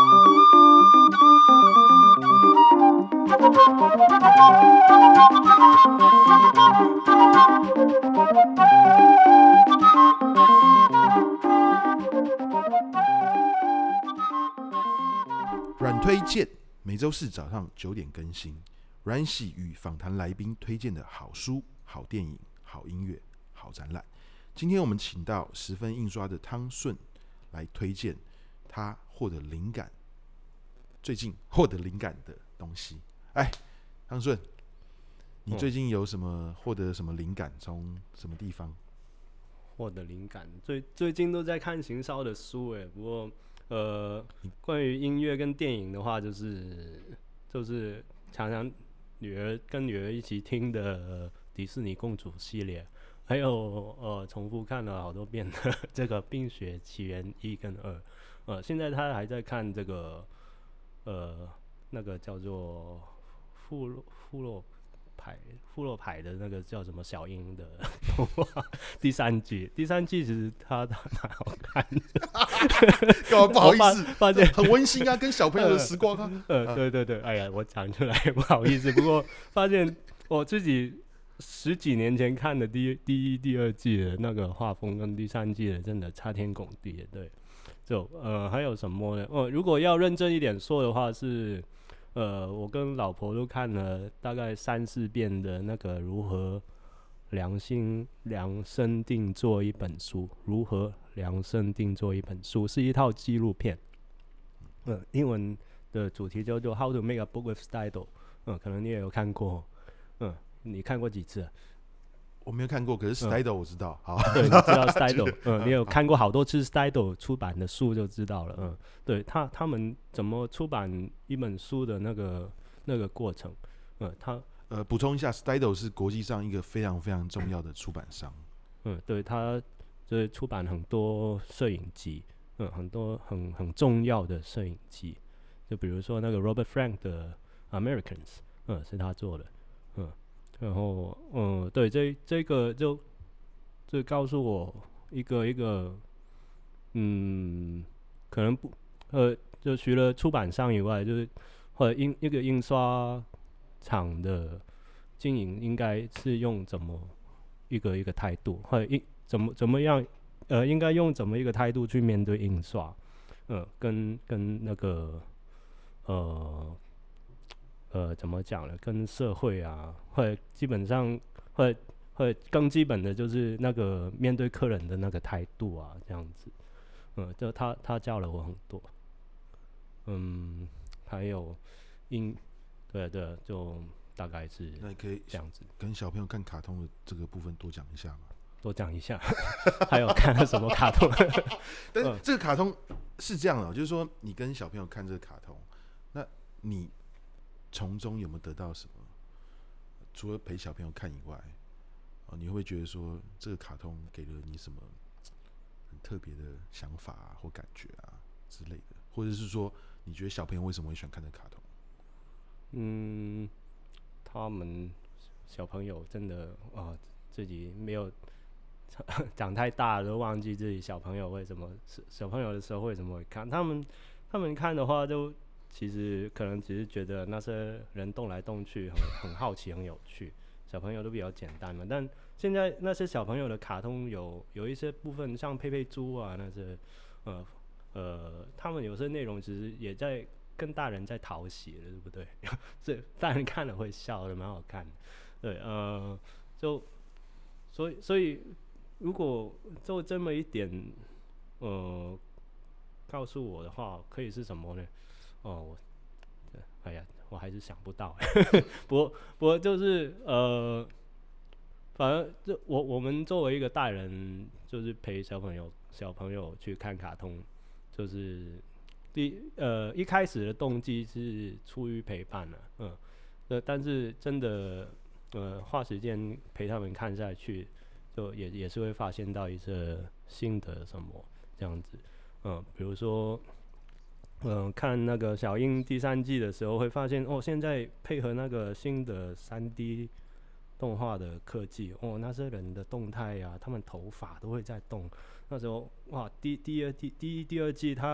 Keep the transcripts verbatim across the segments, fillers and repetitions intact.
软推荐每周四早上九点更新，阮喜与访谈来宾推荐的好书、好电影、好音乐、好展览。今天我们请到十分印刷的汤顺来推荐他获得灵感，最近获得灵感的东西。哎，汤顺，你最近有什么获得什么灵感？从什么地方获得灵感？最最近都在看行销的书，哎，不过呃，关于音乐跟电影的话，就是就是常常女儿跟女儿一起听的、呃、迪士尼公主系列，还有呃重复看了好多遍的这个《冰雪奇缘》一跟二，呃，现在她还在看这个呃那个叫做富洛富洛。牌富洛牌的那个叫什么小樱的动画第三季，第三季其实它蛮好看的。 干嘛不好意思？ 发现很温馨啊，跟小朋友的时光啊。 呃，对对对，哎呀，我讲出来不好意思。不过发现我自己十几年前看的第一、第一、第二季的那个画风跟第三季的真的差天共地。对，就呃还有什么呢？哦，如果要认真一点说的话是。呃，我跟老婆都看了大概三四遍的那个如何量心量身定做一本书，如何量身定做一本书是一套纪录片。呃，英文的主题叫做 How to Make a Book with Style。嗯，可能你也有看过。嗯，你看过几次？ 我没有看过，可是 Style 我知道。嗯、好， 对，你知道 Style， 嗯，你有看过好多次 Style 出版的书就知道了。嗯，对他他们怎么出版一本书的那个那个过程。嗯，他呃补充一下 ，Style 是国际上一个非常非常重要的出版商。 嗯，对，他就是出版很多摄影集，嗯，很多很很重要的摄影集，就比如说那个 Robert Frank 的 Americans， 嗯，是他做的。嗯。然后，嗯，对，这这个就就告诉我一个一个，嗯，可能不，呃，就除了出版商以外，就是或者印一个印刷厂的经营，应该是用怎么一个一个态度，或者一怎么怎么样，呃，应该用怎么一个态度去面对印刷，呃，跟跟那个，呃。呃，怎么讲呢？跟社会啊，或者基本上，或者或者更基本的就是那个面对客人的那个态度啊，这样子。嗯，就他他教了我很多。嗯，还有音，对对，就大概是那你可以这样子。 跟小朋友看卡通的这个部分多讲一下吗？ 多讲一下。还有看了什么卡通？ 但是这个卡通是这样的，就是说你跟小朋友看这个卡通，那你从中有没有得到什么？除了陪小朋友看以外，哦、你会不会觉得说这个卡通给了你什么很特别的想法啊，或感觉啊之类的？或者是说，你觉得小朋友为什么会喜欢看这个卡通？ 嗯，他们小朋友真的啊、呃，自己没有长太大了，都忘记自己小朋友为什么小朋友的时候为什么会看。他们他们看的话就。其实可能只是觉得那些人动来动去 很, 很好奇很有趣，小朋友都比较简单嘛。但现在那些小朋友的卡通有有一些部分像佩佩猪啊那些，呃呃，他们有些内容其实也在跟大人在讨喜了，对不对？这大人看了会笑的，蛮好看的。对，呃，就所以所以如果就这么一点，呃，告诉我的话，可以是什么呢？哦，我，哎呀，我还是想不到。不过，不过就是呃，反正就我我们作为一个大人，就是陪小朋友小朋友去看卡通，就是第呃一开始的动机是出于陪伴了、啊，嗯，呃，但是真的呃花时间陪他们看下去，就也也是会发现到一些新的什么这样子，嗯，比如说。嗯、呃，看那个小樱第三季的时候，会发现哦，现在配合那个新的三 D 动画的科技，哦，那些人的动态啊，他们头发都会在动。那时候哇，第第二第第一第二季，他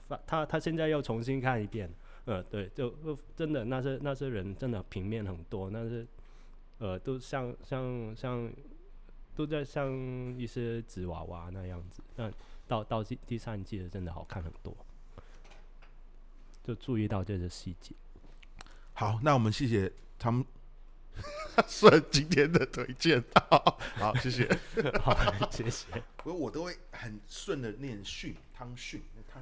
他他现在又重新看一遍，呃，对，就真的那些那些人真的平面很多，那是呃都像像像都在像一些纸娃娃那样子，但到到第第三季的真的好看很多，就注意到这些细节。 好，那我们谢谢汤顺今天的推荐，好，好，谢谢， 好，谢谢。 我我都会很顺的念讯，汤讯，汤。